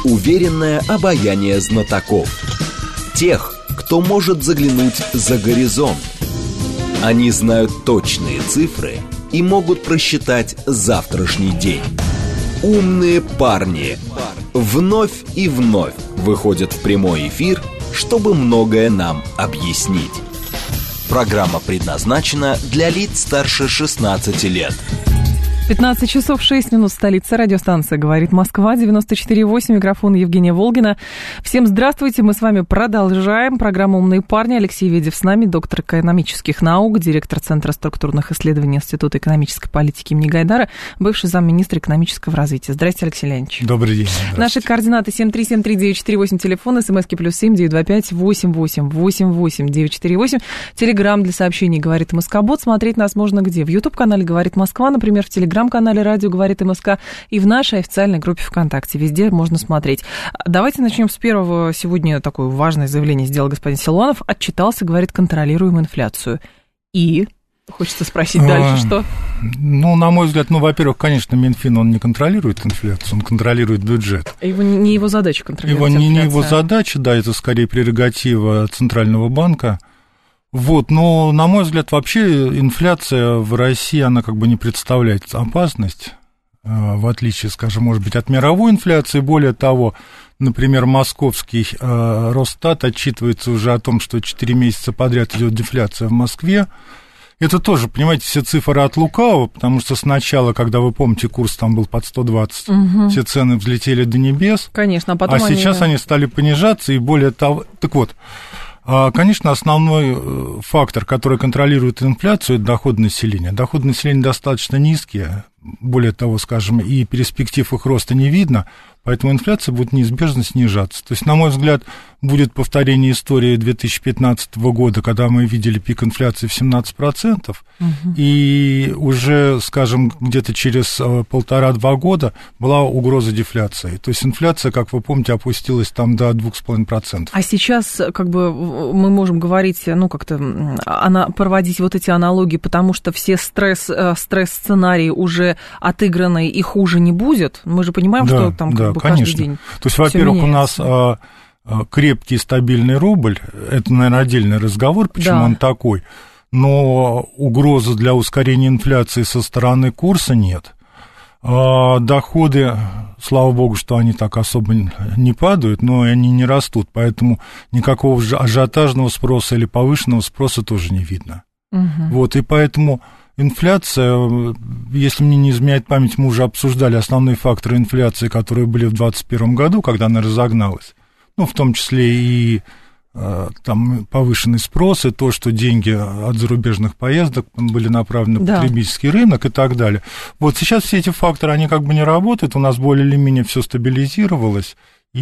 Уверенное обаяние знатоков. Тех, кто может заглянуть за горизонт. Они знают точные цифры и могут просчитать завтрашний день. Умные парни вновь и вновь выходят в прямой эфир, чтобы многое нам объяснить. Программа предназначена для лиц старше 16 лет. 15 часов 6 минут, столица, радиостанция «Говорит Москва», 94,8, микрофон Евгения Волгина. Всем здравствуйте, мы с вами продолжаем программу «Умные парни». Алексей Ведев с нами, доктор экономических наук, директор Центра структурных исследований Института экономической политики имени Гайдара, бывший замминистра экономического развития. Здравствуйте, Алексей Леонидович. Добрый день. Наши координаты 7373948, телефон, смски +7 925 88 88 948, телеграм для сообщений «Говорит Москобот». Смотреть нас можно где? В YouTube-канале «Говорит Москва», например, в телеграм-канале «Радио говорит МСК» и в нашей официальной группе ВКонтакте. Везде можно смотреть. Давайте начнем с первого. Сегодня такое важное заявление сделал господин Силуанов. Отчитался, говорит, контролируем инфляцию. И хочется спросить дальше, что? Ну, на мой взгляд, во-первых, конечно, Минфин, он не контролирует инфляцию, он контролирует бюджет. Не его задача контролировать инфляцию. Не его задача, да, это скорее прерогатива Центрального банка. Но, на мой взгляд, вообще инфляция в России, она как бы не представляет опасность, в отличие, скажем, может быть, от мировой инфляции. Более того, например, московский Росстат отчитывается уже о том, что 4 месяца подряд идет дефляция в Москве. Это тоже, понимаете, все цифры от лукавого, потому что сначала, когда вы помните, курс там был под 120, все цены взлетели до небес. Конечно, а потом сейчас они стали понижаться, и более того... Так вот, конечно, основной фактор, который контролирует инфляцию, это доход населения. Доходы населения достаточно низкие, более того, скажем, и перспектив их роста не видно, поэтому инфляция будет неизбежно снижаться. То есть, на мой взгляд, будет повторение истории 2015 года, когда мы видели пик инфляции в 17%, и уже, скажем, где-то через 1,5-2 года была угроза дефляции. То есть, инфляция, как вы помните, опустилась там до 2,5%. А сейчас, как бы, мы можем говорить, проводить вот эти аналогии, потому что все стресс-сценарии уже отыграны, и хуже не будет. Мы же понимаем, что там как бы конечно. Каждый день. То есть, во-первых, у нас крепкий стабильный рубль, это, наверное, отдельный разговор, почему он такой, но угрозы для ускорения инфляции со стороны курса нет. Доходы, слава богу, что они так особо не падают, но и они не растут, поэтому никакого ажиотажного спроса или повышенного спроса тоже не видно. И поэтому инфляция, если мне не изменяет память, мы уже обсуждали основные факторы инфляции, которые были в 2021 году, когда она разогналась, в том числе и там повышенный спрос, и то, что деньги от зарубежных поездок были направлены на потребительский рынок и так далее. Сейчас все эти факторы, они как бы не работают, у нас более или менее все стабилизировалось,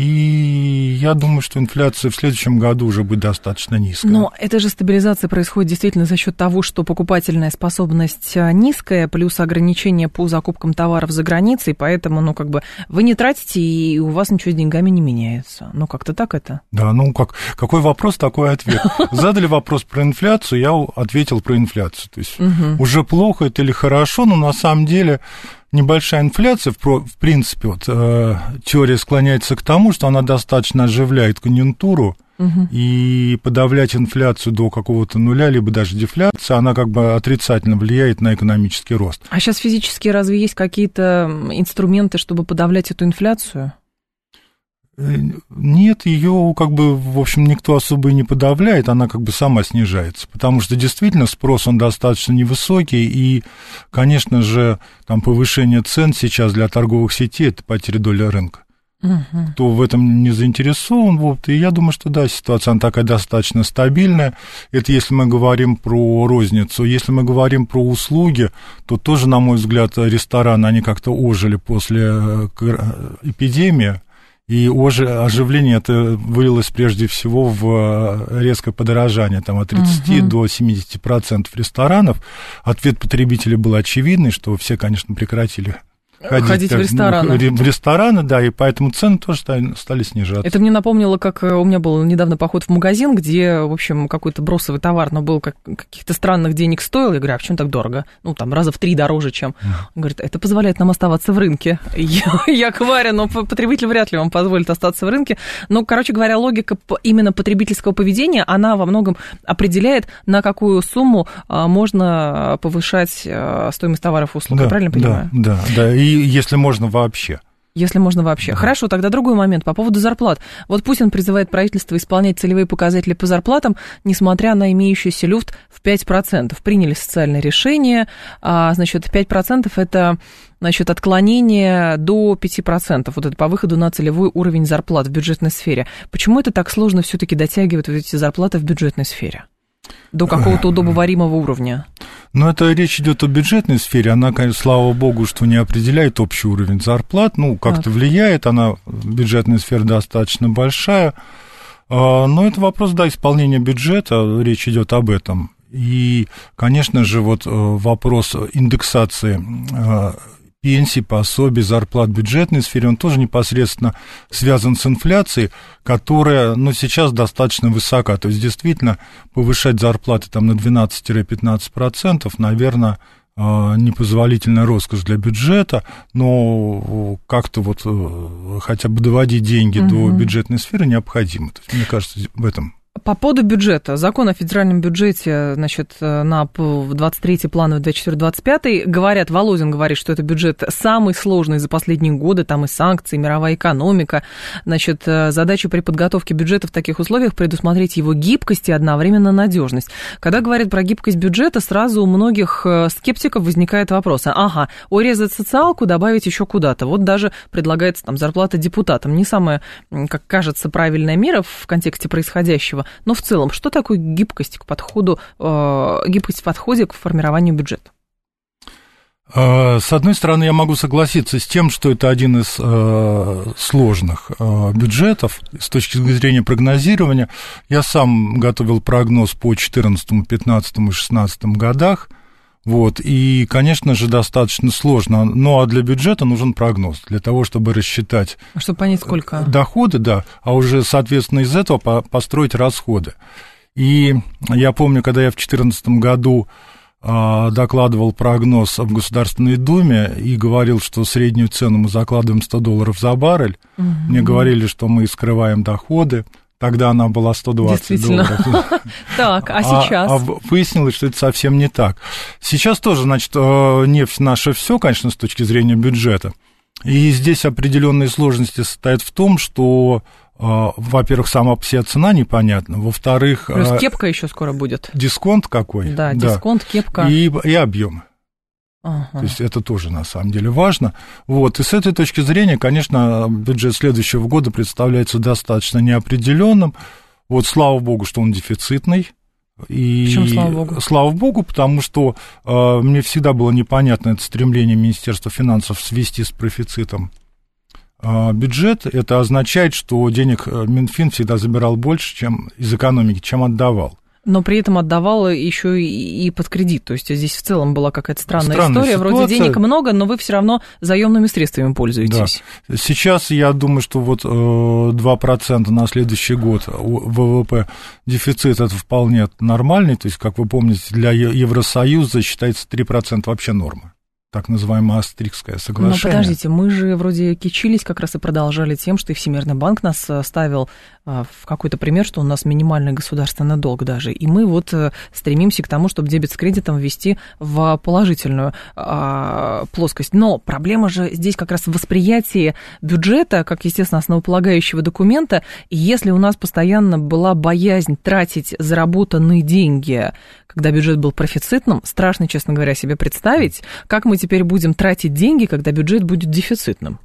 и я думаю, что инфляция в следующем году уже будет достаточно низкая. Но эта же стабилизация происходит действительно за счет того, что покупательная способность низкая, плюс ограничения по закупкам товаров за границей, поэтому, вы не тратите, и у вас ничего с деньгами не меняется. Как-то так это? Да, какой вопрос, такой ответ. Задали вопрос про инфляцию, я ответил про инфляцию. То есть уже плохо это или хорошо, но на самом деле... Небольшая инфляция, в принципе, теория склоняется к тому, что она достаточно оживляет конъюнктуру, и подавлять инфляцию до какого-то нуля, либо даже дефляция, она как бы отрицательно влияет на экономический рост. А сейчас физически разве есть какие-то инструменты, чтобы подавлять эту инфляцию? Нет, ее в общем, никто особо и не подавляет, она сама снижается, потому что действительно спрос, он достаточно невысокий, и, конечно же, там повышение цен сейчас для торговых сетей – это потеря доли рынка. Кто в этом не заинтересован, и я думаю, что да, ситуация она такая достаточно стабильная, это если мы говорим про розницу. Если мы говорим про услуги, то тоже, на мой взгляд, рестораны, они как-то ожили после эпидемии. И оживление это вылилось прежде всего в резкое подорожание, там, от 30 до 70% ресторанов. Ответ потребителей был очевидный, что все, конечно, прекратили ходить в рестораны. В рестораны, да, и поэтому цены тоже стали снижаться. Это мне напомнило, как у меня был недавно поход в магазин, где, в общем, какой-то бросовый товар, но был каких-то странных денег стоил. Я говорю, а почему так дорого? Ну, там, раза в 3 дороже, чем... Он говорит, это позволяет нам оставаться в рынке. Я говорю, но потребитель вряд ли вам позволит остаться в рынке. Но, короче говоря, логика именно потребительского поведения, она во многом определяет, на какую сумму можно повышать стоимость товаров и услуг. Я правильно понимаю? Да. И если можно вообще. Если можно вообще. Да. Хорошо, тогда другой момент по поводу зарплат. Вот Путин призывает правительство исполнять целевые показатели по зарплатам, несмотря на имеющийся люфт в 5%. Приняли социальное решение, значит, 5% это, значит, отклонение до 5%. Вот это по выходу на целевой уровень зарплат в бюджетной сфере. Почему это так сложно все-таки дотягивать вот эти зарплаты в бюджетной сфере? До какого-то удобоваримого уровня? Ну, это речь идет о бюджетной сфере. Она, конечно, слава богу, что не определяет общий уровень зарплат. Ну, как-то влияет. Она, бюджетная сфера, достаточно большая. Но это вопрос, да, исполнения бюджета. Речь идет об этом. И, конечно же, вот вопрос индексации пенсий, пособий, зарплат в бюджетной сфере, он тоже непосредственно связан с инфляцией, которая, ну, сейчас достаточно высока. То есть, действительно, повышать зарплаты там на 12-15%, наверное, непозволительная роскошь для бюджета, но как-то вот хотя бы доводить деньги до бюджетной сферы необходимо. То есть, мне кажется, в этом... По поводу бюджета. Закон о федеральном бюджете, значит, на 23-й плановый 24-25 говорят, Володин говорит, что это бюджет самый сложный за последние годы, там и санкции, мировая экономика. Значит, задача при подготовке бюджета в таких условиях предусмотреть его гибкость и одновременно надежность. Когда говорят про гибкость бюджета, сразу у многих скептиков возникает вопрос, урезать социалку, добавить еще куда-то. Вот даже предлагается там зарплата депутатам. Не самая, как кажется, правильная мера в контексте происходящего. Но в целом, что такое гибкость в подходе к формированию бюджета? С одной стороны, я могу согласиться с тем, что это один из сложных бюджетов с точки зрения прогнозирования. Я сам готовил прогноз по 2014, 2015 и 2016 годах. Вот, и, конечно же, достаточно сложно. Ну, а для бюджета нужен прогноз, для того, чтобы рассчитать... Чтобы понять, сколько... Доходы, да, а уже, соответственно, из этого построить расходы. И я помню, когда я в 2014 году докладывал прогноз в Государственной Думе и говорил, что среднюю цену мы закладываем $100 за баррель, мне говорили, что мы скрываем доходы. Тогда она была $120. Так, а сейчас? А выяснилось, что это совсем не так. Сейчас тоже, значит, нефть наше все, конечно, с точки зрения бюджета. И здесь определенные сложности состоят в том, что, во-первых, сама по себе цена непонятна, во-вторых... Плюс кепка еще скоро будет. Дисконт какой? Да, дисконт, кепка. И объемы. То есть это тоже, на самом деле, важно. Вот. И с этой точки зрения, конечно, бюджет следующего года представляется достаточно неопределенным. Вот, слава богу, что он дефицитный. И почему слава богу? Слава богу, потому что мне всегда было непонятно это стремление Министерства финансов свести с профицитом бюджет. Это означает, что денег Минфин всегда забирал больше, чем из экономики, чем отдавал. Но при этом отдавала еще и под кредит. То есть здесь в целом была какая-то странная история. Ситуация. Вроде денег много, но вы все равно заемными средствами пользуетесь. Да. Сейчас я думаю, что вот 2% на следующий год ВВП дефицит, это вполне нормальный. То есть, как вы помните, для Евросоюза считается 3% вообще норма. Так называемое Маастрихтское соглашение. Но подождите, мы же вроде кичились как раз и продолжали тем, что и Всемирный банк нас ставил в какой-то пример, что у нас минимальный государственный долг даже. И мы вот стремимся к тому, чтобы дебет с кредитом ввести в положительную плоскость. Но проблема же здесь как раз в восприятии бюджета, как, естественно, основополагающего документа. И если у нас постоянно была боязнь тратить заработанные деньги, когда бюджет был профицитным, страшно, честно говоря, себе представить, как мы теперь будем тратить деньги, когда бюджет будет дефицитным.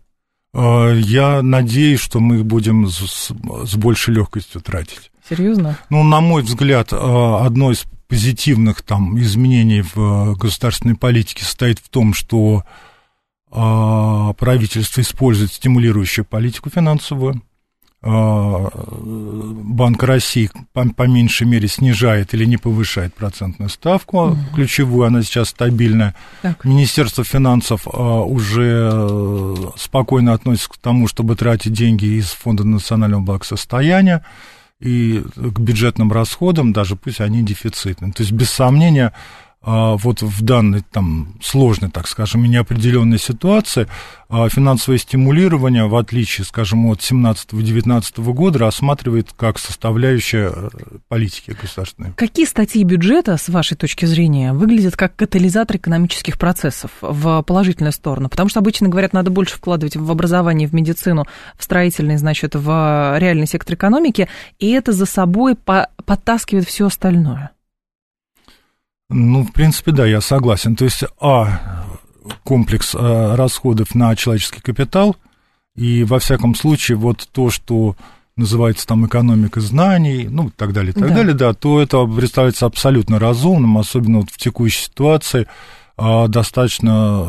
Я надеюсь, что мы их будем с большей легкостью тратить. Серьезно? Ну, на мой взгляд, одно из позитивных там изменений в государственной политике состоит в том, что правительство использует стимулирующую политику финансовую. Банк России по меньшей мере снижает или не повышает процентную ставку, ключевую, она сейчас стабильная. Так. Министерство финансов уже спокойно относится к тому, чтобы тратить деньги из Фонда национального благосостояния и к бюджетным расходам, даже пусть они дефицитные. То есть, без сомнения, вот в данной там сложной, так скажем, и неопределенной ситуации финансовое стимулирование, в отличие, скажем, от 2017-2019 года, рассматривает как составляющая политики государственной. Какие статьи бюджета, с вашей точки зрения, выглядят как катализатор экономических процессов в положительную сторону? Потому что обычно говорят, надо больше вкладывать в образование, в медицину, в строительный, значит, в реальный сектор экономики, и это за собой подтаскивает все остальное. Ну, в принципе, да, я согласен. То есть, комплекс расходов на человеческий капитал, и, во всяком случае, вот то, что называется там экономика знаний, ну, и так далее, то это представляется абсолютно разумным, особенно вот в текущей ситуации, достаточно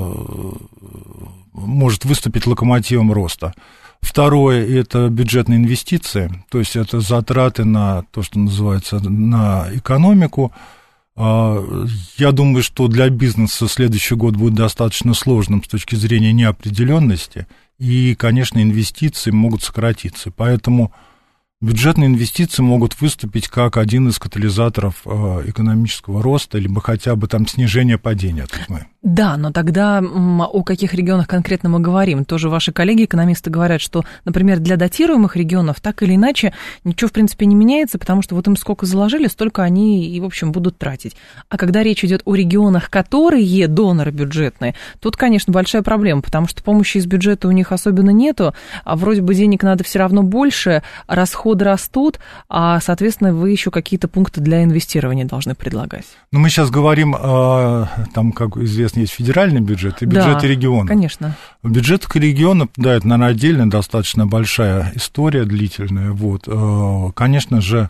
может выступить локомотивом роста. Второе – это бюджетные инвестиции, то есть это затраты на то, что называется, на экономику. Я думаю, что для бизнеса следующий год будет достаточно сложным с точки зрения неопределенности, и, конечно, инвестиции могут сократиться. Поэтому бюджетные инвестиции могут выступить как один из катализаторов экономического роста, либо хотя бы там снижения падения. Да, но тогда о каких регионах конкретно мы говорим? Тоже ваши коллеги-экономисты говорят, что, например, для датируемых регионов так или иначе ничего, в принципе, не меняется, потому что вот им сколько заложили, столько они и, в общем, будут тратить. А когда речь идет о регионах, которые доноры бюджетные, тут, конечно, большая проблема, потому что помощи из бюджета у них особенно нету, а вроде бы денег надо все равно больше, расходы растут, а, соответственно, вы еще какие-то пункты для инвестирования должны предлагать. Ну, мы сейчас говорим, там, как известно, есть федеральный бюджет и бюджеты регионов. Конечно. Бюджет регионов, да, это, наверное, отдельная, достаточно большая история, длительная. Вот. Конечно же,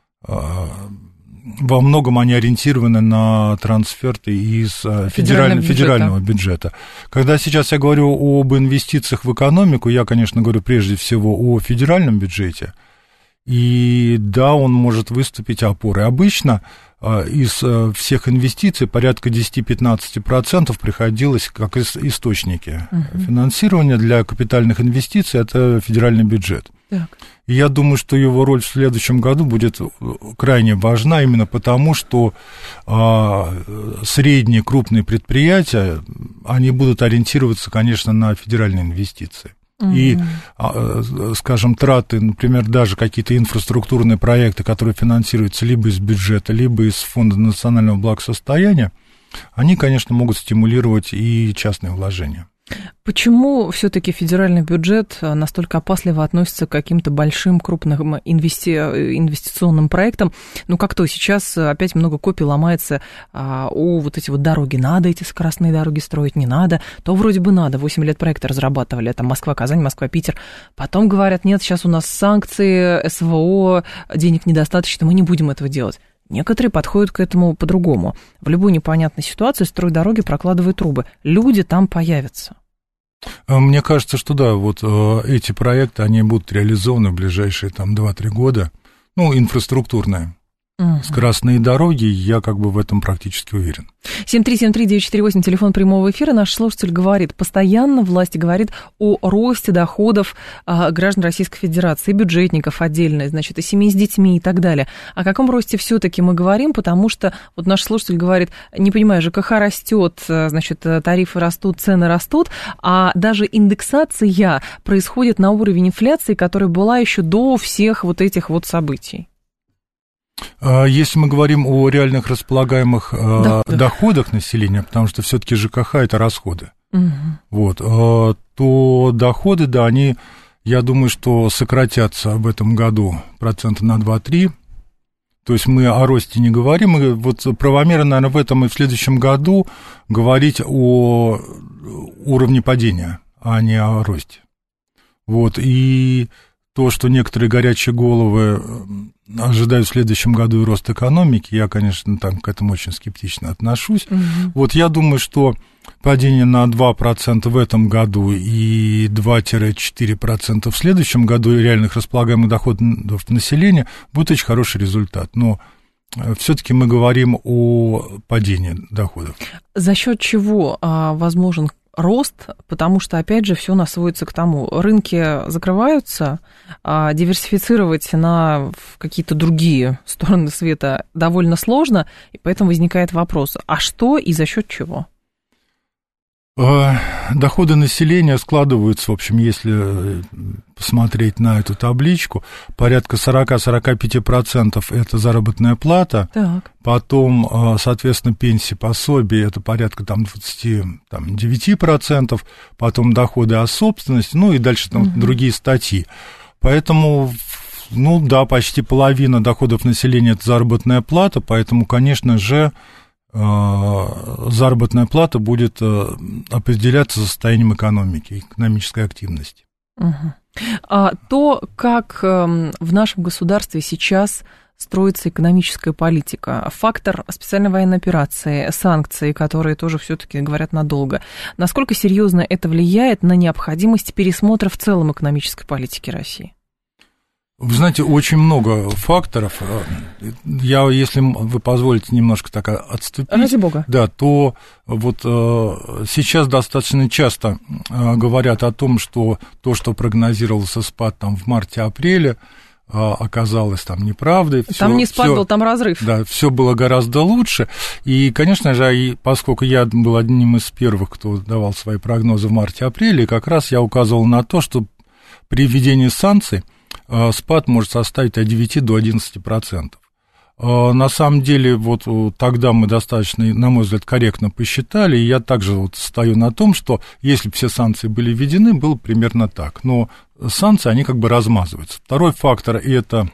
во многом они ориентированы на трансферты из федерального бюджета. Когда сейчас я говорю об инвестициях в экономику, я, конечно, говорю прежде всего о федеральном бюджете. И да, он может выступить опорой. Обычно из всех инвестиций порядка 10-15% приходилось как источники финансирования для капитальных инвестиций, это федеральный бюджет. Так. И я думаю, что его роль в следующем году будет крайне важна, именно потому, что средние крупные предприятия, они будут ориентироваться, конечно, на федеральные инвестиции. И, скажем, траты, например, даже какие-то инфраструктурные проекты, которые финансируются либо из бюджета, либо из Фонда национального благосостояния, они, конечно, могут стимулировать и частные вложения. Почему все-таки федеральный бюджет настолько опасливо относится к каким-то большим, крупным инвестиционным проектам? Ну, как то сейчас опять много копий ломается о вот эти вот дороги. Надо эти скоростные дороги строить, не надо. То вроде бы надо. 8 лет проекты разрабатывали. Там Москва-Казань, Москва-Питер. Потом говорят, нет, сейчас у нас санкции, СВО, денег недостаточно, мы не будем этого делать. Некоторые подходят к этому по-другому. В любой непонятной ситуации строят дороги, прокладывают трубы. Люди там появятся. Мне кажется, что да, вот эти проекты, они будут реализованы в ближайшие там 2-3 года. Ну, инфраструктурные. Скоростные дороги, я как бы в этом практически уверен. 7373948, телефон прямого эфира. Наш слушатель говорит, постоянно власть говорит о росте доходов граждан Российской Федерации, и бюджетников отдельно, значит, и семей с детьми и так далее. О каком росте все-таки мы говорим, потому что вот наш слушатель говорит, не понимаю, ЖКХ растет, значит, тарифы растут, цены растут, а даже индексация происходит на уровень инфляции, которая была еще до всех вот этих вот событий. Если мы говорим о реальных располагаемых доходах населения, потому что все-таки ЖКХ – это расходы, вот, то доходы, да, они, я думаю, что сократятся в этом году процента на 2-3. То есть мы о росте не говорим, мы вот правомерно, наверное, в этом и в следующем году говорить о уровне падения, а не о росте. Вот, и то, что некоторые горячие головы ожидают в следующем году и рост экономики, я, конечно, там к этому очень скептично отношусь. Вот я думаю, что падение на 2% в этом году и 2-4% в следующем году реальных располагаемых доходов населения будет очень хороший результат. Но все-таки мы говорим о падении доходов. За счет чего возможен рост? Потому что, опять же, все нас сводится к тому, рынки закрываются, а диверсифицировать на какие-то другие стороны света довольно сложно, и поэтому возникает вопрос, а что и за счет чего? Доходы населения складываются, в общем, если посмотреть на эту табличку, порядка 40-45% это заработная плата, так. Потом, соответственно, пенсии, пособия, это порядка там 29%, потом доходы от собственности, ну и дальше там другие статьи. Поэтому, ну да, почти половина доходов населения это заработная плата, поэтому, конечно же, заработная плата будет определяться состоянием экономики, экономической активности. То, как в нашем государстве сейчас строится экономическая политика, фактор специальной военной операции, санкции, которые тоже все-таки говорят надолго, насколько серьезно это влияет на необходимость пересмотра в целом экономической политики России? Вы знаете, очень много факторов. Я, если вы позволите немножко так отступить, ради бога, да, то вот сейчас достаточно часто говорят о том, что то, что прогнозировался спад там в марте-апреле, оказалось там неправдой. Там не спад был, там разрыв. Да, все было гораздо лучше. И, конечно же, поскольку я был одним из первых, кто давал свои прогнозы в марте-апреле, как раз я указывал на то, что при введении санкций спад может составить от 9 до 11%. На самом деле, вот тогда мы достаточно, на мой взгляд, корректно посчитали, и я также вот стою на том, что если бы все санкции были введены, было примерно так. Но санкции, они как бы размазываются. Второй фактор – это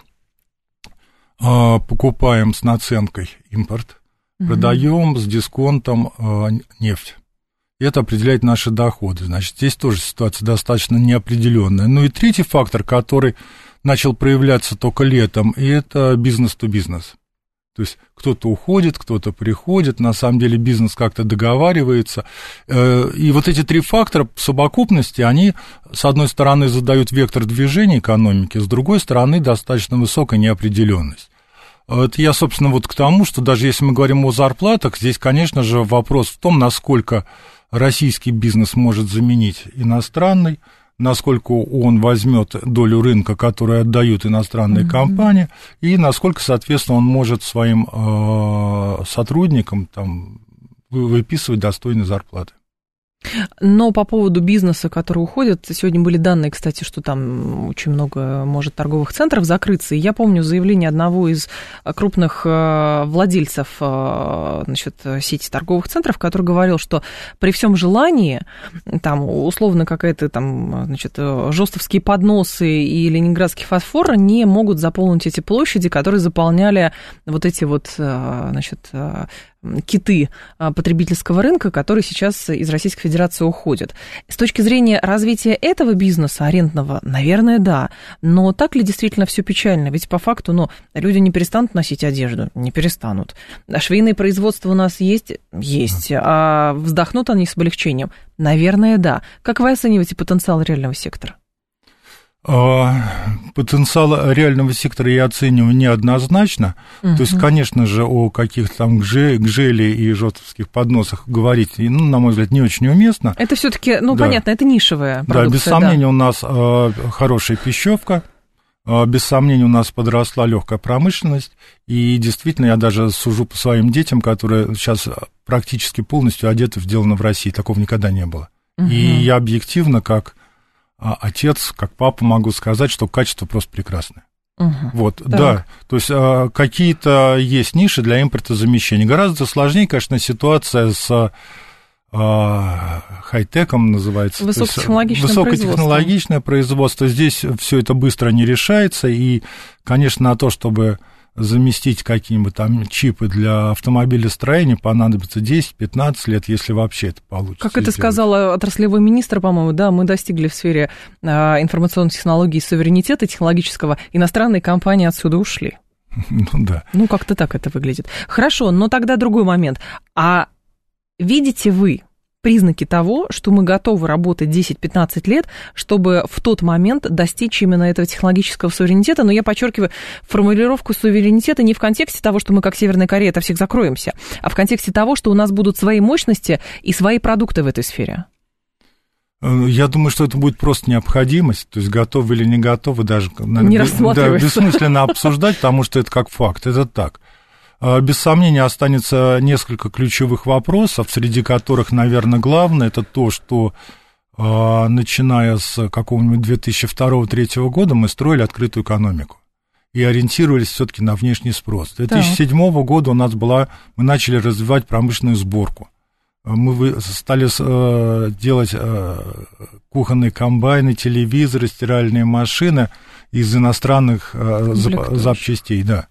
покупаем с наценкой импорт, продаем с дисконтом нефть. И это определяет наши доходы. Значит, здесь тоже ситуация достаточно неопределенная. Ну и третий фактор, который начал проявляться только летом, и это бизнес-то-бизнес. То есть кто-то уходит, кто-то приходит, на самом деле бизнес как-то договаривается. И вот эти три фактора в совокупности, они, с одной стороны, задают вектор движения экономики, с другой стороны, достаточно высокая неопределенность. Это я, собственно, вот к тому, что даже если мы говорим о зарплатах, здесь, конечно же, вопрос в том, насколько российский бизнес может заменить иностранный, насколько он возьмет долю рынка, которую отдают иностранные компании, и насколько, соответственно, он может своим сотрудникам там, выписывать достойные зарплаты. Но по поводу бизнеса, который уходит, сегодня были данные, кстати, что там очень много может торговых центров закрыться. И я помню заявление одного из крупных владельцев, значит, сети торговых центров, который говорил, что при всем желании, там, условно, какая-то там, значит, жостовские подносы и ленинградский фосфор не могут заполнить эти площади, которые заполняли вот эти вот, значит, киты потребительского рынка, которые сейчас из Российской Федерации уходят. С точки зрения развития этого бизнеса арендного, наверное, да. Но так ли действительно все печально? Ведь по факту, ну, люди не перестанут носить одежду, не перестанут. А швейное производство у нас есть? Есть. А вздохнут они с облегчением? Наверное, да. Как вы оцениваете потенциал реального сектора? Потенциал реального сектора я оцениваю неоднозначно. То есть, конечно же, о каких-то там гжеле и жостовских подносах говорить, ну, на мой взгляд, не очень уместно. Это все-таки, ну, да. Понятно, это нишевая продукция. Да, без сомнения, у нас хорошая пищевка, без сомнения, у нас подросла легкая промышленность, и действительно, я даже сужу по своим детям, которые сейчас практически полностью одеты, сделано в России, такого никогда не было. И я объективно, как отец, как папа, могу сказать, что качество просто прекрасное. Вот, так. Да, то есть какие-то есть ниши для импортозамещения. Гораздо сложнее, конечно, ситуация с хай-теком называется. Высокотехнологичное производство. Здесь все это быстро не решается, и, конечно, на то, чтобы заместить какие-нибудь там чипы для автомобилестроения понадобится 10-15 лет, если вообще это получится. Как это сказала отраслевой министр, по-моему, да, мы достигли в сфере информационных технологий суверенитета технологического, иностранные компании отсюда ушли. Ну да. Ну, как-то так это выглядит. Хорошо, но тогда другой момент. А видите вы признаки того, что мы готовы работать 10-15 лет, чтобы в тот момент достичь именно этого технологического суверенитета? Но я подчеркиваю формулировку суверенитета не в контексте того, что мы, как Северная Корея, от всех закроемся, а в контексте того, что у нас будут свои мощности и свои продукты в этой сфере. Я думаю, что это будет просто необходимость, то есть готовы или не готовы, даже не рассматривается. Бессмысленно обсуждать, потому что это как факт, это так. Без сомнения останется несколько ключевых вопросов, среди которых, наверное, главное, это то, что начиная с какого-нибудь 2002-2003 года мы строили открытую экономику и ориентировались все-таки на внешний спрос. С 2007 года мы начали развивать промышленную сборку. Мы стали делать кухонные комбайны, телевизоры, стиральные машины из иностранных запчастей, да.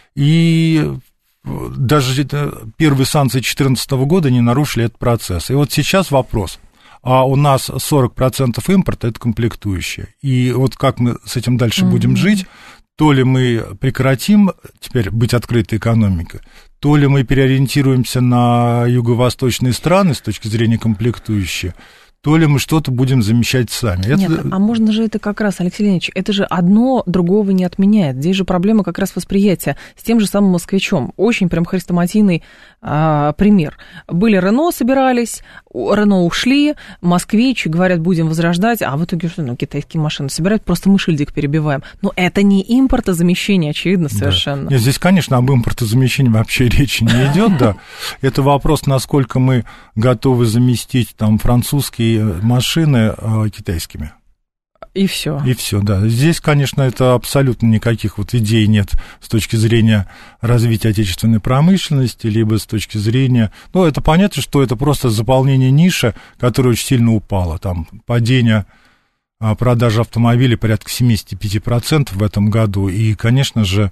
И даже первые санкции 2014 года не нарушили этот процесс. И вот сейчас вопрос. А у нас 40% импорта – это комплектующие. И вот как мы с этим дальше будем жить, то ли мы прекратим теперь быть открытой экономикой, то ли мы переориентируемся на юго-восточные страны с точки зрения комплектующих, то ли мы что-то будем замещать сами. Нет, а можно же это как раз, Алексей Леонидович, это же одно другого не отменяет. Здесь же проблема как раз восприятия с тем же самым москвичом. Очень прям хрестоматийный пример. Были Рено, собирались, Рено ушли, москвичи говорят, будем возрождать, а в итоге что, китайские машины собирают, просто мы шильдик перебиваем. Но это не импортозамещение, очевидно, совершенно. Да. Нет, здесь, конечно, об импортозамещении вообще речи не идет, да. Это вопрос, насколько мы готовы заместить там французские машины китайскими. И все. И все, да. Здесь, конечно, это абсолютно никаких вот идей нет с точки зрения развития отечественной промышленности, либо с точки зрения... Ну, это понятно, что это просто заполнение ниши, которая очень сильно упала. Там падение продажи автомобилей порядка 75% в этом году. И, конечно же,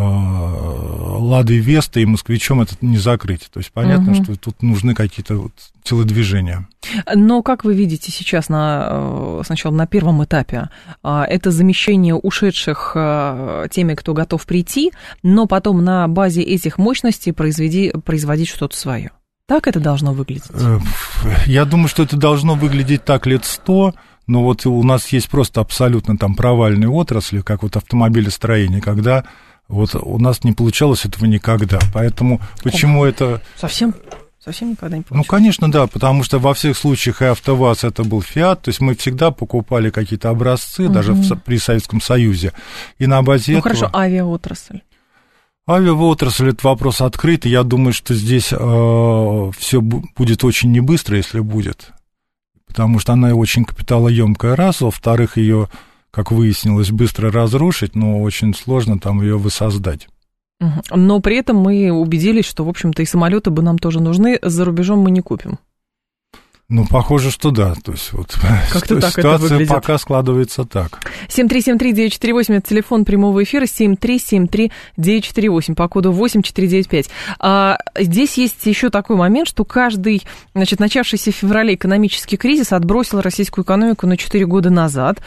Ладой Веста и Москвичом это не закрыть. То есть понятно, что тут нужны какие-то вот телодвижения. Но как вы видите сейчас сначала на первом этапе, это замещение ушедших теми, кто готов прийти, но потом на базе этих мощностей производить что-то свое? Так это должно выглядеть? Я думаю, что это должно выглядеть так лет 100. Но вот у нас есть просто абсолютно там провальные отрасли, как вот автомобилестроение, когда вот у нас не получалось этого никогда. Поэтому почему это... Совсем никогда не получалось? Ну, конечно, да, потому что во всех случаях и АвтоВАЗ это был Фиат, то есть мы всегда покупали какие-то образцы, даже при Советском Союзе. И на базе этого... хорошо, авиаотрасль. Авиаотрасль – это вопрос открытый. Я думаю, что здесь все будет очень небыстро, если будет. Потому что она очень капиталоемкая, раз, во-вторых, ее, как выяснилось, быстро разрушить, но очень сложно там ее воссоздать. Но при этом мы убедились, что, в общем-то, и самолеты бы нам тоже нужны, за рубежом мы не купим. Ну, похоже, что да. То есть вот как-то так ситуация пока складывается так. 7373948, это телефон прямого эфира, 7373948, по коду 8495. Здесь есть еще такой момент, что каждый, начавшийся в феврале экономический кризис отбросил российскую экономику на 4 года назад.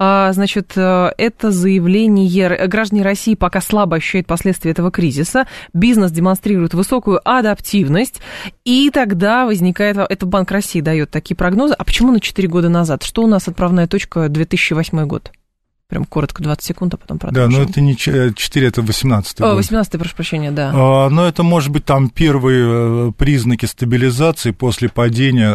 Это заявление граждане России пока слабо ощущают последствия этого кризиса. Бизнес демонстрирует высокую адаптивность, и тогда возникает... Это Банк России дает такие прогнозы. А почему на 4 года назад? Что у нас отправная точка 2008 год? Прям коротко, 20 секунд, а потом продолжим. Да, но это не 4, это 18-й год. 18-й, прошу прощения, да. Но это, может быть, там первые признаки стабилизации после падения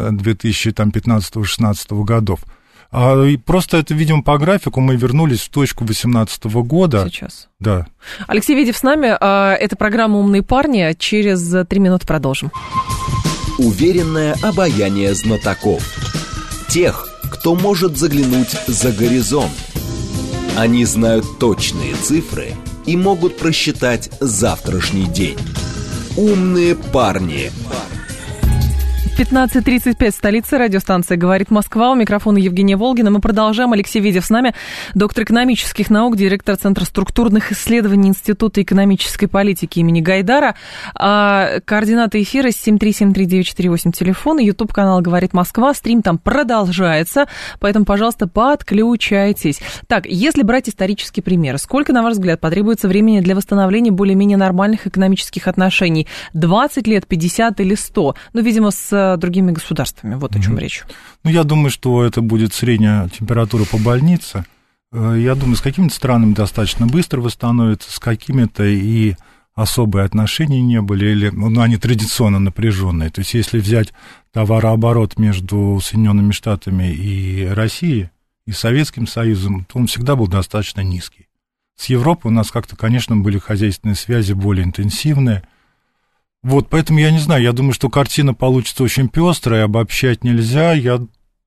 2015-16 годов. Просто это, видимо, по графику мы вернулись в точку 2018 года. Сейчас. Да. Алексей Ведев с нами. Это программа «Умные парни». Через 3 минуты продолжим. Уверенное обаяние знатоков. Тех, кто может заглянуть за горизонт. Они знают точные цифры и могут просчитать завтрашний день. Умные парни. 15:35, столица, радиостанция «Говорит Москва». У микрофона Евгения Волгина. Мы продолжаем. Алексей Ведев с нами, доктор экономических наук, директор Центра структурных исследований Института экономической политики имени Гайдара. Координаты эфира 7373948, телефон, YouTube-канал «Говорит Москва». Стрим там продолжается, поэтому, пожалуйста, подключайтесь. Так, если брать исторический пример, сколько, на ваш взгляд, потребуется времени для восстановления более-менее нормальных экономических отношений? 20 лет, 50 или 100? Ну, видимо, с другими государствами. Вот о чем речь. Ну, я думаю, что это будет средняя температура по больнице. Я думаю, с какими-то странами достаточно быстро восстановится, с какими-то и особые отношения не были, или они традиционно напряженные. То есть, если взять товарооборот между Соединенными Штатами и Россией, и Советским Союзом, то он всегда был достаточно низкий. С Европой у нас как-то, конечно, были хозяйственные связи более интенсивные. Вот, поэтому я не знаю, я думаю, что картина получится очень пестрая, обобщать нельзя. Я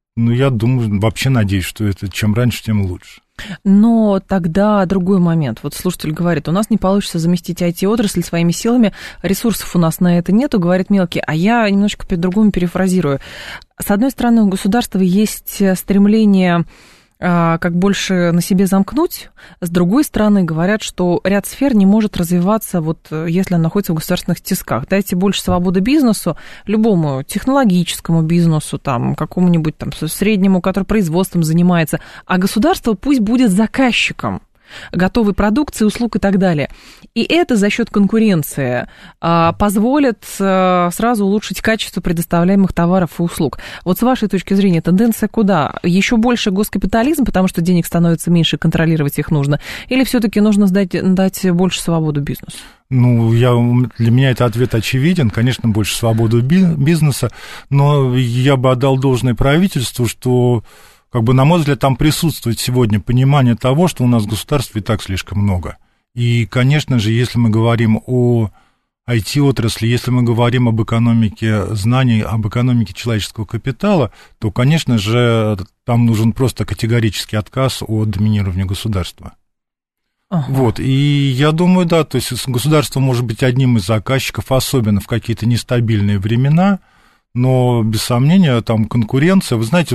думаю, вообще надеюсь, что это чем раньше, тем лучше. Но тогда другой момент. Вот слушатель говорит, у нас не получится заместить IT-отрасль своими силами, ресурсов у нас на это нету, говорит Мелкий, а я немножечко по-другому перефразирую. С одной стороны, у государства есть стремление как больше на себе замкнуть, с другой стороны, говорят, что ряд сфер не может развиваться, вот если он находится в государственных тисках. Дайте больше свободы бизнесу, любому технологическому бизнесу, там, какому-нибудь там среднему, который производством занимается, а государство пусть будет заказчиком готовой продукции, услуг и так далее. И это за счет конкуренции позволит сразу улучшить качество предоставляемых товаров и услуг. Вот с вашей точки зрения, тенденция куда? Еще больше госкапитализм, потому что денег становится меньше, контролировать их нужно? Или все-таки нужно дать больше свободу бизнесу? Ну, для меня этот ответ очевиден. Конечно, больше свободы бизнеса, но я бы отдал должное правительству, что, на мой взгляд, там присутствует сегодня понимание того, что у нас государства и так слишком много. И, конечно же, если мы говорим о IT-отрасли, если мы говорим об экономике знаний, об экономике человеческого капитала, то, конечно же, там нужен просто категорический отказ от доминирования государства. Ага. Вот, и я думаю, да, то есть государство может быть одним из заказчиков, особенно в какие-то нестабильные времена, но, без сомнения, там конкуренция. Вы знаете,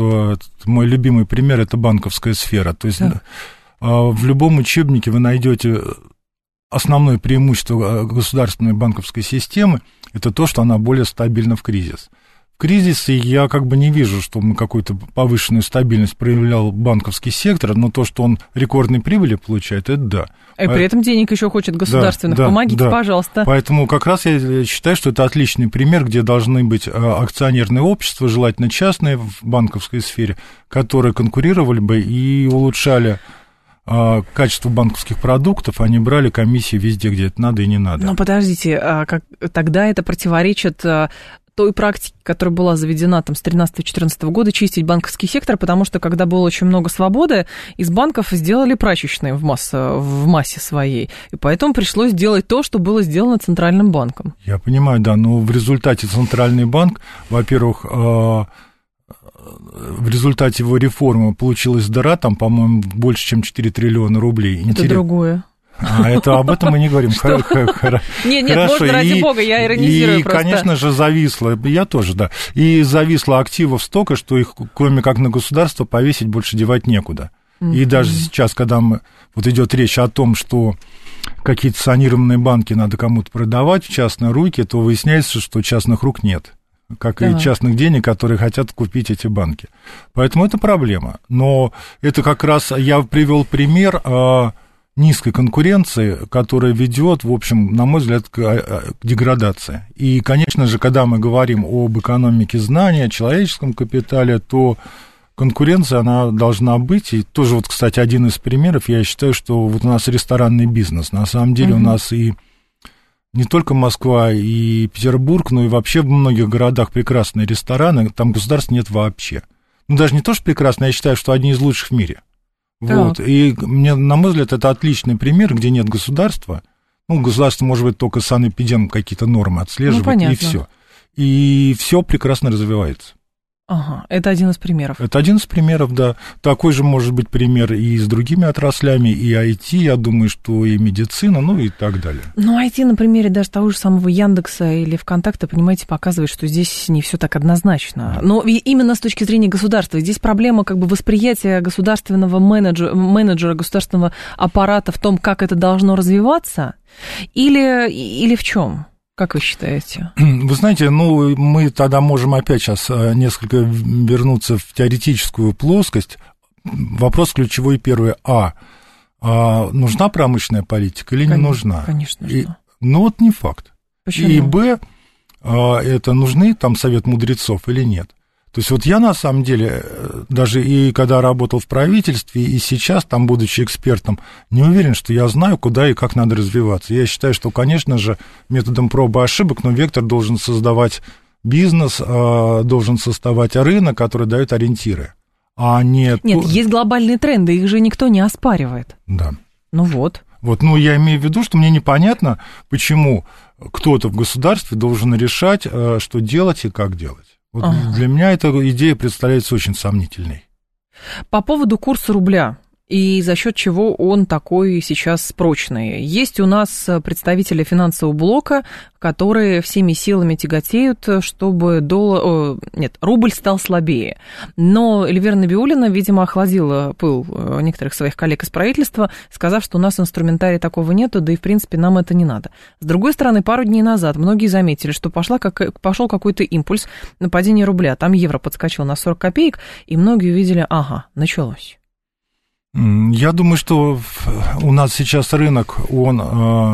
мой любимый пример – это банковская сфера. То есть в любом учебнике вы найдете основное преимущество государственной банковской системы – это то, что она более стабильна в кризис. В кризисе я не вижу, что какую-то повышенную стабильность проявлял банковский сектор, но то, что он рекордные прибыли получает, это да. И при этом денег еще хочет государственных. Помогите, пожалуйста. Поэтому как раз я считаю, что это отличный пример, где должны быть акционерные общества, желательно частные в банковской сфере, которые конкурировали бы и улучшали качество банковских продуктов, а не брали комиссии везде, где это надо и не надо. Но подождите, тогда это противоречит той практике, которая была заведена с 13-14 года, чистить банковский сектор, потому что, когда было очень много свободы, из банков сделали прачечные в массе своей, и поэтому пришлось делать то, что было сделано Центральным банком. Я понимаю, да, но в результате Центральный банк, во-первых, в результате его реформы получилась дыра, там, по-моему, больше, чем 4 триллиона рублей. Это другое. Это об этом мы не говорим. Нет, можно, ради бога, я иронизирую просто. И, конечно же, зависло, я тоже, да, и зависло активов столько, что их, кроме как на государство, повесить больше девать некуда. И даже сейчас, когда идет речь о том, что какие-то санированные банки надо кому-то продавать в частные руки, то выясняется, что частных рук нет, как и частных денег, которые хотят купить эти банки. Поэтому это проблема. Но это как раз, я привел пример низкой конкуренции, которая ведет, в общем, на мой взгляд, к деградации. И, конечно же, когда мы говорим об экономике знаний, о человеческом капитале, то конкуренция, она должна быть. И тоже, кстати, один из примеров, я считаю, что у нас ресторанный бизнес. На самом деле у нас и не только Москва и Петербург, но и вообще в многих городах прекрасные рестораны, там государства нет вообще. Даже не то, что прекрасно, я считаю, что одни из лучших в мире. Вот, и на мой взгляд, это отличный пример, где нет государства. Государство может быть только санэпидем какие-то нормы отслеживать, и все. И все прекрасно развивается. Ага, это один из примеров. Это один из примеров, да. Такой же может быть пример и с другими отраслями, и IT, я думаю, что и медицина, ну и так далее. Ну, IT на примере даже того же самого Яндекса или ВКонтакта, понимаете, показывает, что здесь не все так однозначно. Но именно с точки зрения государства. Здесь проблема как бы восприятия государственного менеджера, государственного аппарата в том, как это должно развиваться, или в чем? Как вы считаете? Вы знаете, ну, мы тогда можем опять сейчас несколько вернуться в теоретическую плоскость. Вопрос ключевой первый. Нужна промышленная политика или не нужна? Конечно, нужна. Ну, вот не факт. Почему? И Б, это нужны там совет мудрецов или нет? То есть вот я на самом деле, даже и когда работал в правительстве, и сейчас, там, будучи экспертом, не уверен, что я знаю, куда и как надо развиваться. Я считаю, что, конечно же, методом проб и ошибок, но вектор должен создавать бизнес, должен создавать рынок, который дает ориентиры. Нет, есть глобальные тренды, их же никто не оспаривает. Да. Ну вот. Ну, я имею в виду, что мне непонятно, почему кто-то в государстве должен решать, что делать и как делать. Вот для меня эта идея представляется очень сомнительной. По поводу курса рубля и за счет чего он такой сейчас прочный. Есть у нас представители финансового блока, которые всеми силами тяготеют, чтобы рубль стал слабее. Но Эльвира Набиуллина, видимо, охладила пыл некоторых своих коллег из правительства, сказав, что у нас инструментария такого нету, да и, в принципе, нам это не надо. С другой стороны, пару дней назад многие заметили, что пошел какой-то импульс на падение рубля. Там евро подскочил на 40 копеек, и многие увидели, началось. Я думаю, что у нас сейчас рынок, он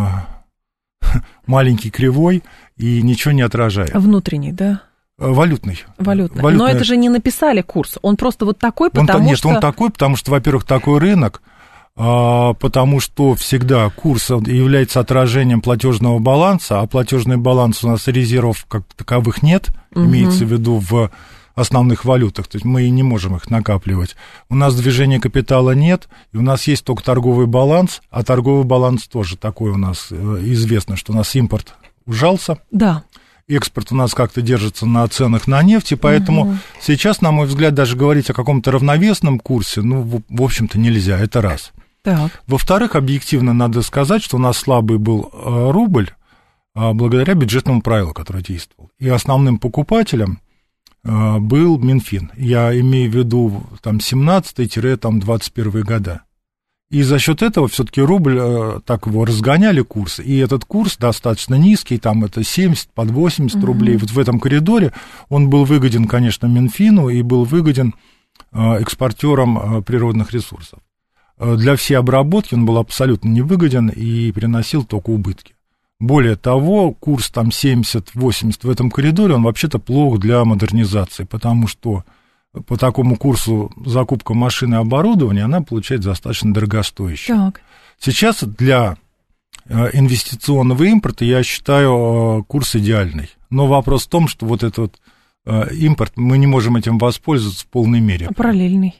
маленький, кривой и ничего не отражает. Внутренний, да? Валютный. Но это же не написали курс, он просто вот такой, потому что... Нет, он такой, потому что, во-первых, такой рынок, потому что всегда курс является отражением платежного баланса, а платежный баланс у нас резервов как таковых нет, имеется в виду в основных валютах, то есть мы не можем их накапливать. У нас движения капитала нет, и у нас есть только торговый баланс, а торговый баланс тоже такой у нас известно, что у нас импорт ужался. Да. Экспорт у нас как-то держится на ценах на нефть, и поэтому сейчас, на мой взгляд, даже говорить о каком-то равновесном курсе, в общем-то, нельзя, это раз. Так. Во-вторых, объективно надо сказать, что у нас слабый был рубль благодаря бюджетному правилу, которое действовал. И основным покупателем был Минфин. Я имею в виду 17-21 года. И за счет этого все-таки рубль, так его разгоняли курс, и этот курс достаточно низкий, там это 70 под 80 рублей. Вот в этом коридоре он был выгоден, конечно, Минфину и был выгоден экспортерам природных ресурсов. Для всей обработки он был абсолютно невыгоден и приносил только убытки. Более того, курс 70-80 в этом коридоре, он вообще-то плох для модернизации, потому что по такому курсу закупка машины и оборудования, она получается достаточно дорогостоящей. Так. Сейчас для инвестиционного импорта, я считаю, курс идеальный. Но вопрос в том, что вот этот импорт, мы не можем этим воспользоваться в полной мере. Параллельный.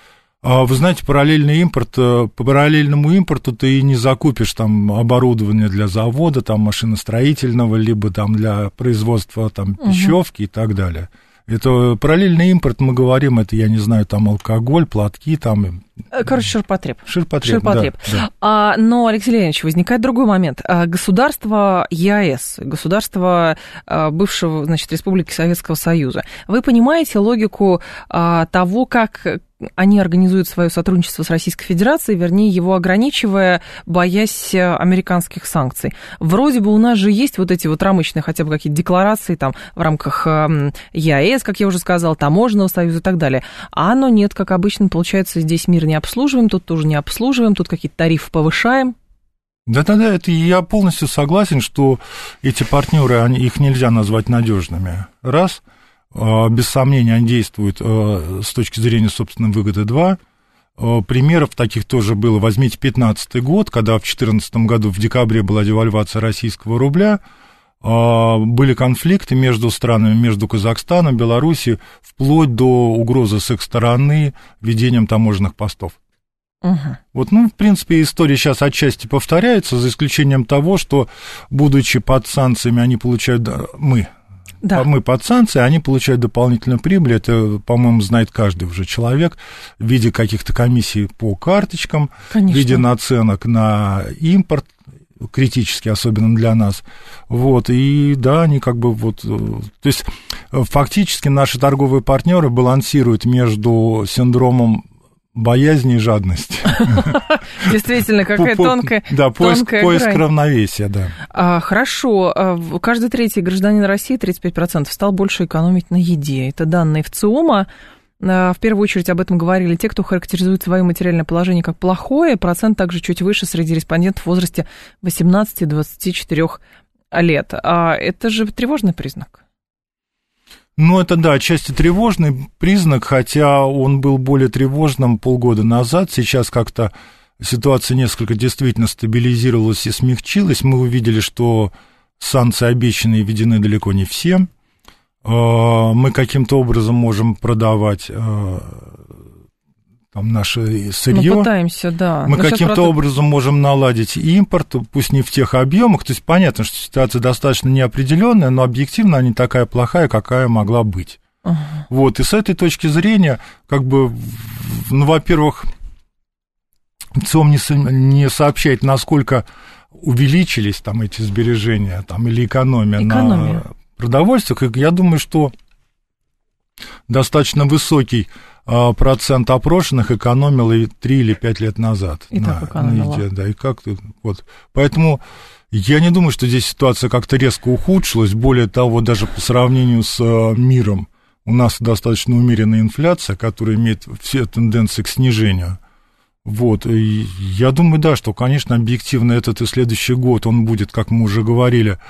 Вы знаете, параллельный импорт, по параллельному импорту ты не закупишь там оборудование для завода, там машиностроительного, либо там для производства там пищевки и так далее. Это параллельный импорт, мы говорим, это, я не знаю, там алкоголь, платки, там... Короче, ширпотреб. Ширпотреб. Да. Но, Алексей Леонидович, возникает другой момент. Государство ЕАЭС, государство бывшего, значит, Республики Советского Союза. Вы понимаете логику того, как они организуют свое сотрудничество с Российской Федерацией, вернее, его ограничивая, боясь американских санкций. Вроде бы у нас же есть вот эти вот рамочные хотя бы какие-то декларации там в рамках ЕАЭС, как я уже сказала, таможенного союза и так далее. А оно нет, как обычно, получается, здесь мир не обслуживаем, тут тоже не обслуживаем, тут какие-то тарифы повышаем. Да-да-да, это я полностью согласен, что эти партнеры, их нельзя назвать надежными. Раз, без сомнения, они действуют с точки зрения собственной выгоды. Два, примеров таких тоже было. Возьмите 2015 год, когда в 2014 году в декабре была девальвация российского рубля, были конфликты между странами, между Казахстаном, Белоруссией, вплоть до угрозы с их стороны введением таможенных постов. Вот, в принципе, история сейчас отчасти повторяется, за исключением того, что, будучи под санкциями, они получают, Да. Мы под санкции, они получают дополнительную прибыль. Это, по-моему, знает каждый уже человек в виде каких-то комиссий по карточкам, Конечно. в виде наценок на импорт, критически, особенно для нас. Вот, и да, они как бы вот... То есть, фактически наши торговые партнеры балансируют между синдромом боязни и жадности. Действительно, какая тонкая грань. Да, поиск равновесия, да. Хорошо. Каждый третий гражданин России, 35%, стал больше экономить на еде. Это данные ВЦИОМа. В первую очередь об этом говорили те, кто характеризует свое материальное положение как плохое. Процент также чуть выше среди респондентов в возрасте 18-24 лет. Это же тревожный признак. Ну, это, да, отчасти тревожный признак, хотя он был более тревожным полгода назад. Сейчас как-то ситуация несколько действительно стабилизировалась и смягчилась. Мы увидели, что санкции обещанные введены далеко не все. Мы каким-то образом можем продавать там наше сырье. Мы пытаемся, да. Мы каким-то образом можем наладить импорт, пусть не в тех объемах. То есть понятно, что ситуация достаточно неопределенная, но объективно она не такая плохая, какая могла быть. Вот, и с этой точки зрения, как бы, ну, во-первых, ЦИОМ не сообщает, насколько увеличились там эти сбережения там, или экономия на продовольствиях. Я думаю, что достаточно высокий процент опрошенных экономил и 3 или 5 лет назад на еде. Да, и как-то, вот. Поэтому я не думаю, что здесь ситуация как-то резко ухудшилась. Более того, даже по сравнению с миром у нас достаточно умеренная инфляция, которая имеет все тенденции к снижению. Вот, и я думаю, да, что, конечно, объективно этот и следующий год, он будет, как мы уже говорили,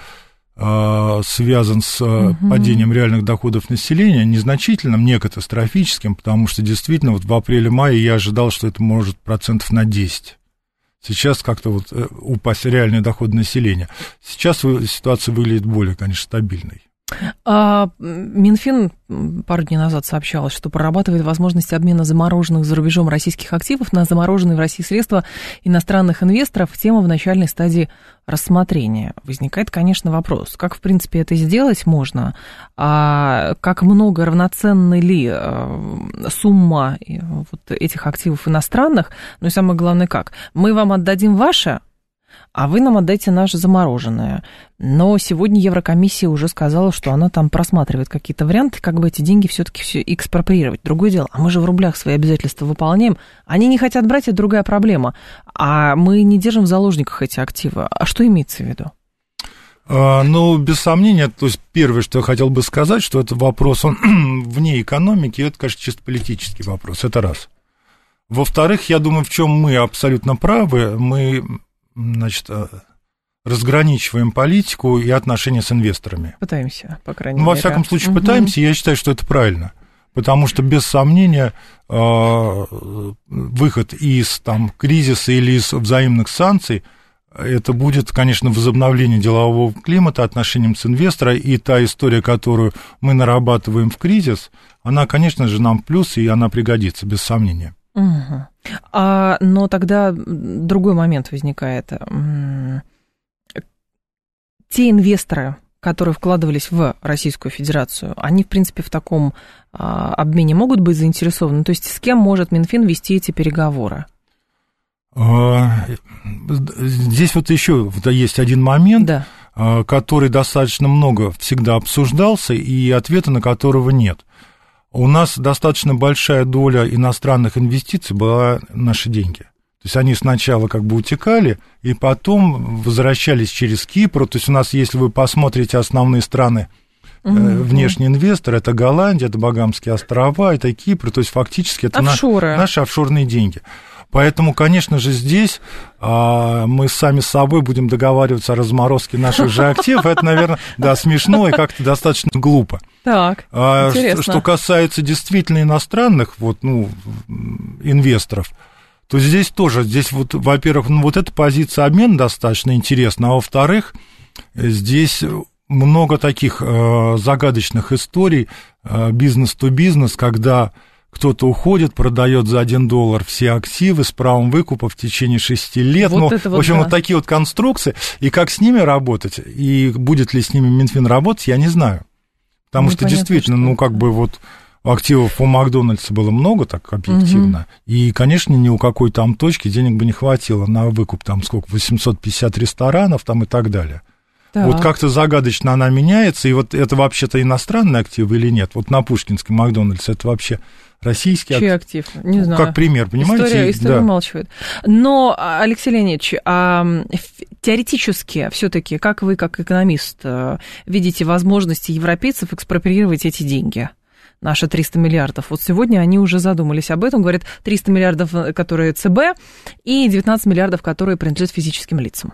связан с падением реальных доходов населения, незначительным, не катастрофическим, потому что действительно вот в апреле-мае я ожидал, что это может процентов на 10. Сейчас как-то вот упасть реальные доходы населения. Сейчас ситуация выглядит более, конечно, стабильной. Минфин пару дней назад сообщалось, что прорабатывает возможность обмена замороженных за рубежом российских активов на замороженные в России средства иностранных инвесторов. Тема в начальной стадии рассмотрения. Возникает, конечно, вопрос, как, в принципе, это сделать можно, как много, равноценна ли сумма вот этих активов иностранных, ну и самое главное, как. Мы вам отдадим ваше, а вы нам отдайте наше замороженное. Но сегодня Еврокомиссия уже сказала, что она там просматривает какие-то варианты, как бы эти деньги все-таки все экспроприировать. Другое дело, а мы же в рублях свои обязательства выполняем. Они не хотят брать, это другая проблема. А мы не держим в заложниках эти активы. А что имеется в виду? Ну, без сомнения, то есть первое, что я хотел бы сказать, что это вопрос, он вне экономики, это, конечно, чисто политический вопрос, это раз. Во-вторых, я думаю, в чем мы абсолютно правы, мы, значит, разграничиваем политику и отношения с инвесторами. Пытаемся, по крайней мере. Во всяком случае, пытаемся, я считаю, что это правильно. Потому что, без сомнения, выход из там, кризиса или из взаимных санкций, это будет, конечно, возобновление делового климата, отношениям с инвестором, и та история, которую мы нарабатываем в кризис, она, конечно же, нам в плюс, и она пригодится, без сомнения. Но тогда другой момент возникает. Те инвесторы, которые вкладывались в Российскую Федерацию, они, в принципе, в таком обмене могут быть заинтересованы? То есть с кем может Минфин вести эти переговоры? Здесь вот еще есть один момент, да, который достаточно много всегда обсуждался, и ответа на которого нет. У нас достаточно большая доля иностранных инвестиций была наши деньги. То есть они сначала как бы утекали, и потом возвращались через Кипр. То есть у нас, если вы посмотрите основные страны, внешние инвесторы, это Голландия, это Багамские острова, это Кипр. То есть фактически это наши офшорные деньги. Поэтому, конечно же, здесь мы сами с собой будем договариваться о разморозке наших же активов. Это, наверное, да, смешно и как-то достаточно глупо. Так, интересно. Что касается действительно иностранных вот, инвесторов, то здесь тоже, вот, во-первых, вот эта позиция обмена достаточно интересна, а во-вторых, здесь много таких загадочных историй бизнес-то-бизнес, когда кто-то уходит, продает за $1 все активы с правом выкупа в течение 6 лет. Вот в общем, вот такие вот конструкции. И как с ними работать, и будет ли с ними Минфин работать, я не знаю. Потому что действительно, активов у Макдональдса было много, так объективно, и, конечно, ни у какой там точки денег бы не хватило на выкуп, 850 ресторанов там и так далее. Так. Вот как-то загадочно она меняется, и вот это вообще-то иностранный актив или нет? Вот на Пушкинском Макдональдсе это вообще российский актив? Чей актив? Не знаю. Как пример, понимаете? История умалчивает. Но, Алексей Леонидович, теоретически все-таки, как вы, как экономист, видите возможности европейцев экспроприировать эти деньги? Наши 300 миллиардов. Вот сегодня они уже задумались об этом. Говорят, 300 миллиардов, которые ЦБ, и 19 миллиардов, которые принадлежат физическим лицам.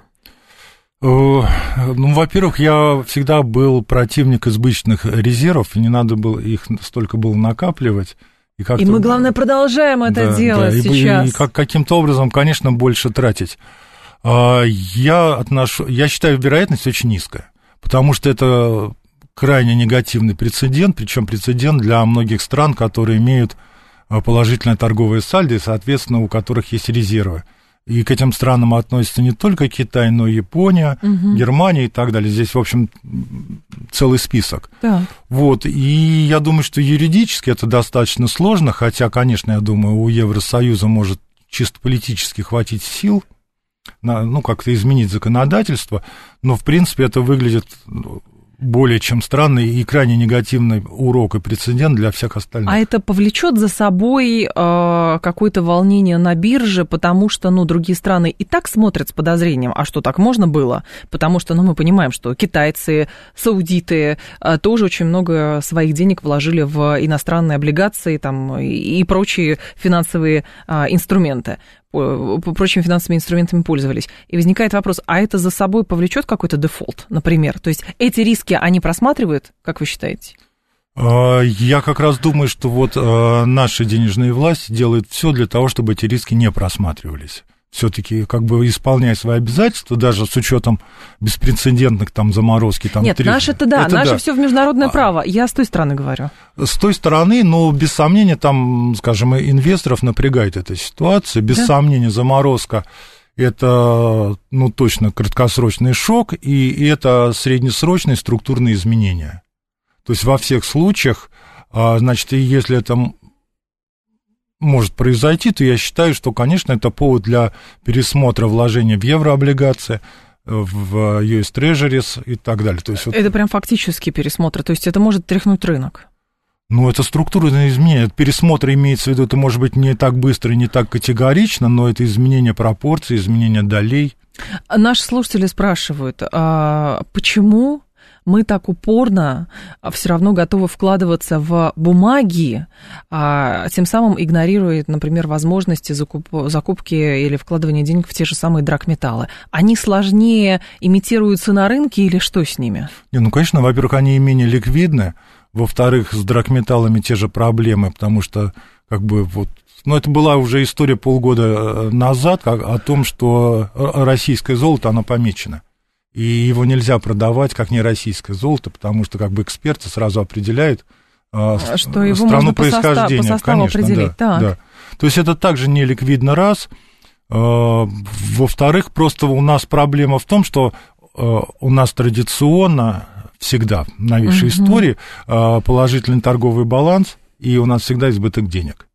Во-первых, я всегда был противник избыточных резервов, и не надо было их столько было накапливать. И мы, главное, продолжаем это делать сейчас. И каким-то образом, конечно, больше тратить. Я считаю, вероятность очень низкая, потому что это крайне негативный прецедент, причем прецедент для многих стран, которые имеют положительное торговое сальдо и, соответственно, у которых есть резервы. И к этим странам относятся не только Китай, но и Япония, Германия и так далее. Здесь, в общем, целый список. Так. Вот. И я думаю, что юридически это достаточно сложно, хотя, конечно, я думаю, у Евросоюза может чисто политически хватить сил как-то изменить законодательство, но, в принципе, это выглядит более чем странный и крайне негативный урок и прецедент для всех остальных. А это повлечет за собой какое-то волнение на бирже, потому что, другие страны и так смотрят с подозрением, а что, так можно было? Потому что, мы понимаем, что китайцы, саудиты тоже очень много своих денег вложили в иностранные облигации и прочие финансовые инструменты. Прочими финансовыми инструментами пользовались. И возникает вопрос, а это за собой повлечет какой-то дефолт, например? То есть эти риски они просматривают, как вы считаете? Я как раз думаю, что наши денежные власти делают все для того, чтобы эти риски не просматривались. Все-таки исполняя свои обязательства, даже с учетом беспрецедентных заморозки. Нет, наши-то да, наше все в международное право. Я с той стороны говорю. С той стороны, без сомнения, скажем, инвесторов напрягает эта ситуация. Без сомнения, заморозка – это, точно краткосрочный шок, и это среднесрочные структурные изменения. То есть во всех случаях, если это может произойти, то я считаю, что, конечно, это повод для пересмотра вложения в еврооблигации, в US Treasuries и так далее. То есть это прям фактически пересмотр, то есть это может тряхнуть рынок? Это структурное изменение. Пересмотр имеется в виду, это может быть не так быстро и не так категорично, но это изменение пропорций, изменение долей. Наши слушатели спрашивают, почему мы так упорно все равно готовы вкладываться в бумаги, тем самым игнорируя, например, возможности закупки или вкладывания денег в те же самые драгметаллы. Они сложнее имитируются на рынке или что с ними? Конечно, во-первых, они менее ликвидны, во-вторых, с драгметаллами те же проблемы, потому что это была уже история полгода назад о том, что российское золото, оно помечено. И его нельзя продавать как нероссийское золото, потому что эксперты сразу определяют что его страну можно происхождения. По составу определить. Да. То есть это также не ликвидно, раз. Во-вторых, просто у нас проблема в том, что у нас традиционно всегда в новейшей истории положительный торговый баланс, и у нас всегда избыток денег.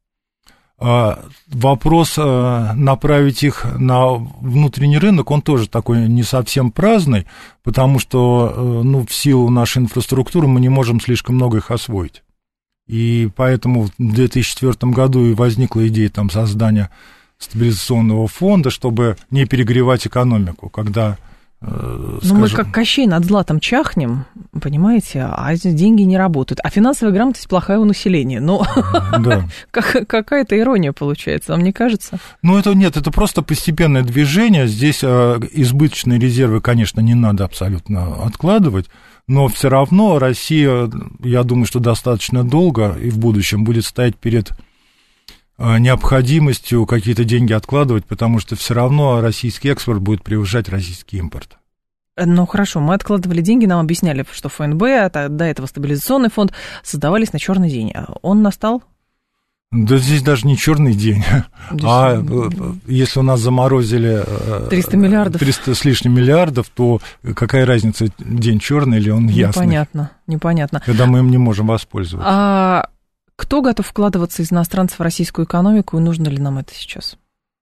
Вопрос направить их на внутренний рынок, он тоже такой не совсем праздный, потому что в силу нашей инфраструктуры мы не можем слишком много их освоить. И поэтому в 2004 году и возникла идея создания стабилизационного фонда, чтобы не перегревать экономику, когда... мы как Кощей над златом чахнем, понимаете, а деньги не работают. А финансовая грамотность плохая у населения. Какая-то ирония получается, вам не кажется? Это просто постепенное движение. Здесь избыточные резервы, конечно, не надо абсолютно откладывать, но все равно Россия, я думаю, что достаточно долго и в будущем будет стоять перед необходимостью какие-то деньги откладывать, потому что все равно российский экспорт будет превышать российский импорт. Хорошо, мы откладывали деньги, нам объясняли, что ФНБ, до этого стабилизационный фонд создавались на черный день. Он настал? Да здесь даже не черный день, если у нас заморозили 300 миллиардов. 300 с лишним миллиардов, то какая разница, день черный или он ясный? Непонятно. Когда мы им не можем воспользоваться. А кто готов вкладываться из иностранцев в российскую экономику, и нужно ли нам это сейчас?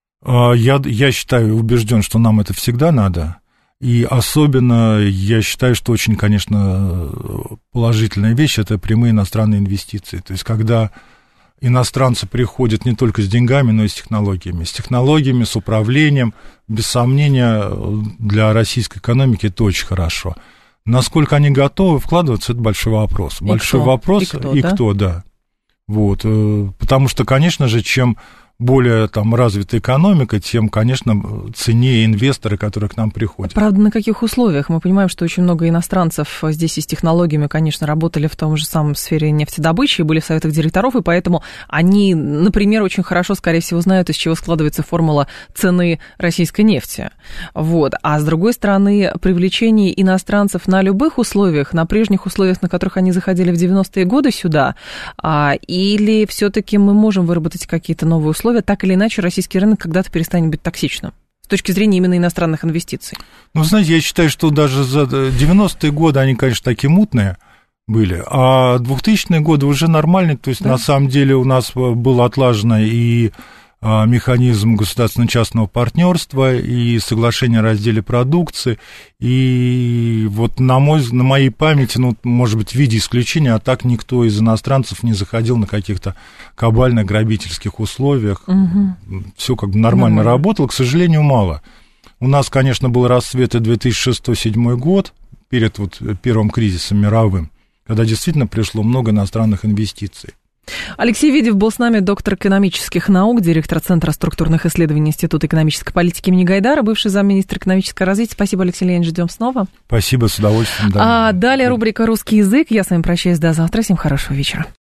Я считаю, убежден, что нам это всегда надо. И особенно я считаю, что очень, конечно, положительная вещь – это прямые иностранные инвестиции. То есть, когда иностранцы приходят не только с деньгами, но и с технологиями. С технологиями, с управлением, без сомнения, для российской экономики это очень хорошо. Насколько они готовы вкладываться, это большой вопрос. Большой вопрос, и кто, да. Вот, потому что, конечно же, чем более там развитая экономика, тем, конечно, ценнее инвесторы, которые к нам приходят. Правда, на каких условиях? Мы понимаем, что очень много иностранцев здесь и с технологиями, конечно, работали в том же самом сфере нефтедобычи и были в советах директоров, и поэтому они, например, очень хорошо, скорее всего, знают, из чего складывается формула цены российской нефти. Вот. А с другой стороны, привлечение иностранцев на любых условиях, на прежних условиях, на которых они заходили в 90-е годы сюда, или все-таки мы можем выработать какие-то новые условия, так или иначе российский рынок когда-то перестанет быть токсичным с точки зрения именно иностранных инвестиций? Ну, знаете, я считаю, что даже за 90-е годы они, конечно, такие мутные были, а 2000-е годы уже нормальные, то есть, да, на самом деле у нас было отлажено и механизм государственно-частного партнерства, и соглашение о разделе продукции, и вот на моей памяти, ну, может быть, в виде исключения, а так никто из иностранцев не заходил на каких-то кабальных грабительских условиях, все как бы нормально работало, к сожалению, мало. У нас, конечно, был расцвет 2006-2007 год, перед вот первым кризисом мировым, когда действительно пришло много иностранных инвестиций. Алексей Ведев был с нами, доктор экономических наук, директор Центра структурных исследований Института экономической политики имени Гайдара, бывший замминистра экономического развития. Спасибо, Алексей Леонидович, ждем снова. Спасибо, с удовольствием. Далее рубрика «Русский язык». Я с вами прощаюсь до завтра. Всем хорошего вечера.